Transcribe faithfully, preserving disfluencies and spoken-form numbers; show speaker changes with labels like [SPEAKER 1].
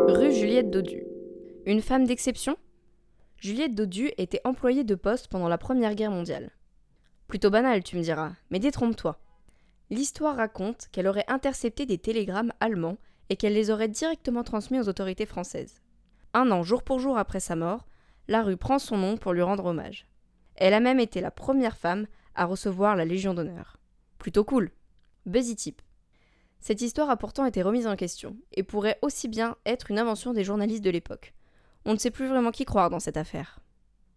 [SPEAKER 1] Rue Juliette Dodu. Une femme d'exception ? Juliette Dodu était employée de poste pendant la Première Guerre mondiale. Plutôt banal, tu me diras, mais détrompe-toi. L'histoire raconte qu'elle aurait intercepté des télégrammes allemands et qu'elle les aurait directement transmis aux autorités françaises. Un an jour pour jour après sa mort, la rue prend son nom pour lui rendre hommage. Elle a même été la première femme à recevoir la Légion d'honneur. Plutôt cool. Buzzy tip. Cette histoire a pourtant été remise en question, et pourrait aussi bien être une invention des journalistes de l'époque. On ne sait plus vraiment qui croire dans cette affaire.